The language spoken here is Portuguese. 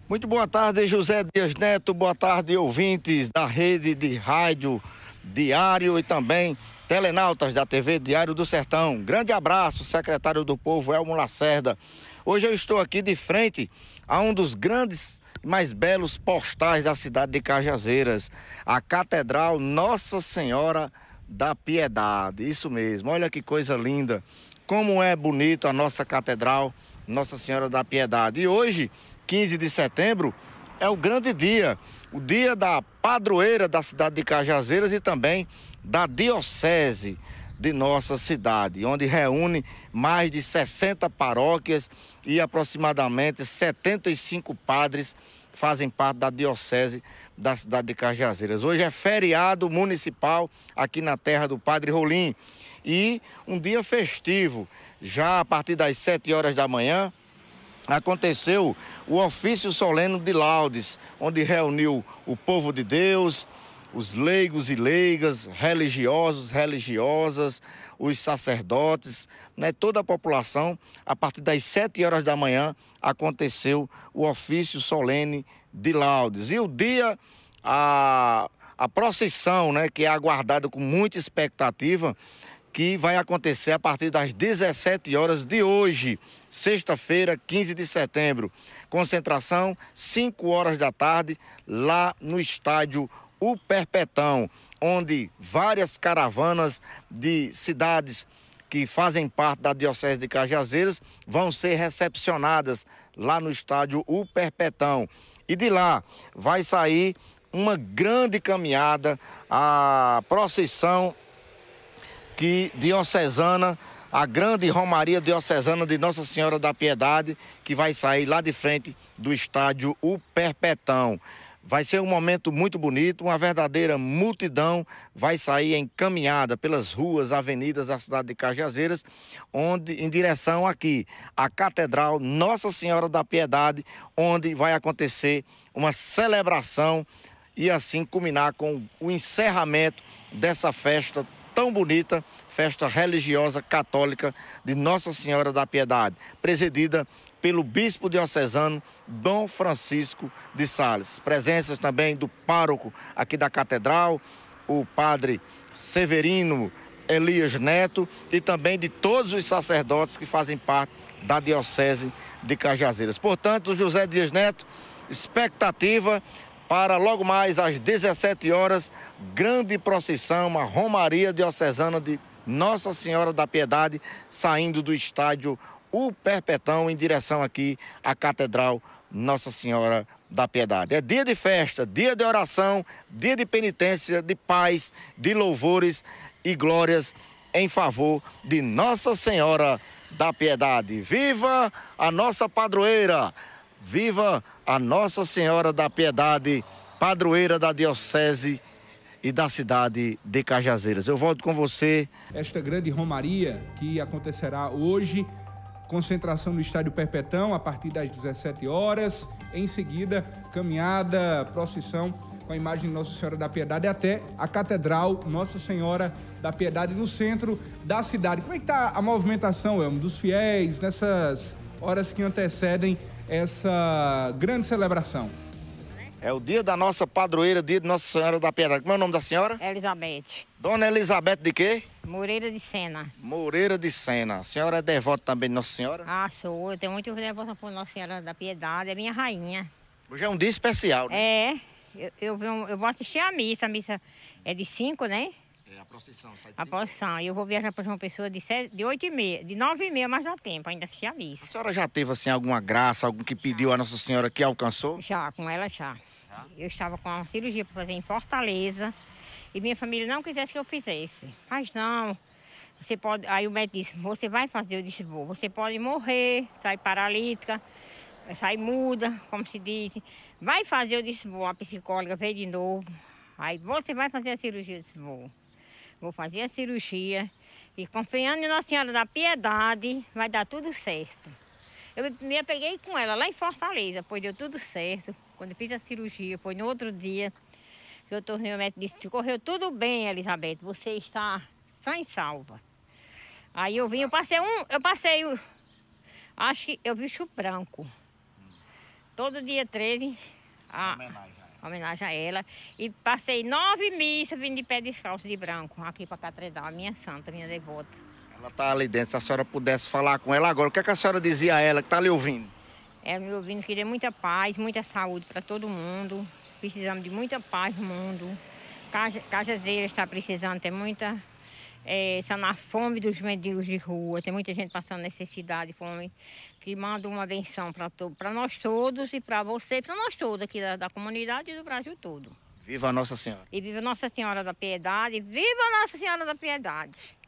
Muito boa tarde, José Dias Neto. Boa tarde, ouvintes da rede de rádio Diário e também telenautas da TV Diário do Sertão. Grande abraço, secretário do Povo, Elmo Lacerda. Hoje eu estou aqui de frente a um dos grandes e mais belos postais da cidade de Cajazeiras, a Catedral Nossa Senhora da Piedade. Isso mesmo, olha que coisa linda. Como é bonito a nossa Catedral Nossa Senhora da Piedade. E hoje, 15 de setembro, é o grande dia, o dia da padroeira da cidade de Cajazeiras e também da diocese de nossa cidade, onde reúne mais de 60 paróquias e aproximadamente 75 padres fazem parte da diocese da cidade de Cajazeiras. Hoje é feriado municipal aqui na terra do Padre Rolim e um dia festivo. Já a partir das 7 horas da manhã, aconteceu o ofício solene de laudes, onde reuniu o povo de Deus, os leigos e leigas, religiosos, religiosas, os sacerdotes, toda a população. A partir das 7 horas da manhã aconteceu o ofício solene de laudes. E o dia, a procissão, que é aguardada com muita expectativa, que vai acontecer a partir das 17 horas de hoje, sexta-feira, 15 de setembro. Concentração, 5 horas da tarde, lá no estádio O Perpetão, onde várias caravanas de cidades que fazem parte da Diocese de Cajazeiras vão ser recepcionadas lá no estádio O Perpetão. E de lá vai sair uma grande caminhada, a procissão diocesana, a grande romaria diocesana de Nossa Senhora da Piedade, que vai sair lá de frente do estádio O Perpetão. Vai ser um momento muito bonito, uma verdadeira multidão vai sair encaminhada pelas ruas, avenidas da cidade de Cajazeiras, em direção aqui, à Catedral Nossa Senhora da Piedade, onde vai acontecer uma celebração e assim culminar com o encerramento dessa festa tão bonita, festa religiosa católica de Nossa Senhora da Piedade, presidida pelo bispo diocesano Dom Francisco de Sales. Presenças também do pároco aqui da catedral, o padre Severino Elias Neto, e também de todos os sacerdotes que fazem parte da diocese de Cajazeiras. Portanto, José Dias Neto, expectativa para logo mais às 17 horas, grande procissão, uma romaria diocesana de Nossa Senhora da Piedade, saindo do estádio O Perpetão em direção aqui à Catedral Nossa Senhora da Piedade. É dia de festa, dia de oração, dia de penitência, de paz, de louvores e glórias em favor de Nossa Senhora da Piedade. Viva a nossa padroeira! Viva a Nossa Senhora da Piedade, padroeira da Diocese e da cidade de Cajazeiras. Eu volto com você. Esta grande romaria que acontecerá hoje, concentração no estádio Perpetão a partir das 17 horas. Em seguida, caminhada, procissão com a imagem de Nossa Senhora da Piedade até a Catedral Nossa Senhora da Piedade no centro da cidade. Como é que está a movimentação, Elmo, dos fiéis nessas horas que antecedem essa grande celebração? É o dia da nossa padroeira, dia de Nossa Senhora da Piedade. Como é o nome da senhora? Elizabeth. Dona Elizabeth de quê? Moreira de Sena. Moreira de Sena. A senhora é devota também de Nossa Senhora? Ah, sou. Eu tenho muito devoção por Nossa Senhora da Piedade. É minha rainha. Hoje é um dia especial, né? É. Eu vou assistir a missa. A missa é de 5, né? É, a procissão sai de 5. A procissão. E eu vou viajar para João Pessoa de 8h30, de 9h30, mas dá tempo ainda assistir a A missa. senhora já teve, assim, alguma graça, algum que pediu a Nossa Senhora que alcançou? Já, com ela já. Eu estava com uma cirurgia para fazer em Fortaleza e minha família não quisesse que eu fizesse. Mas não, você pode... Aí o médico disse, você vai fazer? Eu disse, vou. Você pode morrer, sair paralítica, sair muda, como se diz. Vai fazer? Eu disse, vou. A psicóloga veio de novo. Aí, você vai fazer a cirurgia? Eu disse, vou. Vou fazer a cirurgia e confiando em Nossa Senhora da Piedade, vai dar tudo certo. Eu me apeguei com ela lá em Fortaleza, pois deu tudo certo. Quando eu fiz a cirurgia, foi no outro dia, que eu tornei o médico disse, correu tudo bem, Elizabeth, você está sã e salva. Aí eu vim, acho que eu vi o branco. todo dia 13, homenagem a ela. E passei 9 missas vindo de pé descalço de branco, aqui para a catedral, a minha santa, minha devota. Ela está ali dentro, se a senhora pudesse falar com ela agora, o que é que a senhora dizia a ela que está ali ouvindo? Ela me ouvindo que dê muita paz, muita saúde para todo mundo. Precisamos de muita paz no mundo. Cajazeiras está precisando, tem muita... está na fome dos mendigos de rua, tem muita gente passando necessidade, fome, que manda uma benção para nós todos e para você e para nós todos aqui da comunidade e do Brasil todo. Viva Nossa Senhora! E viva Nossa Senhora da Piedade, viva Nossa Senhora da Piedade!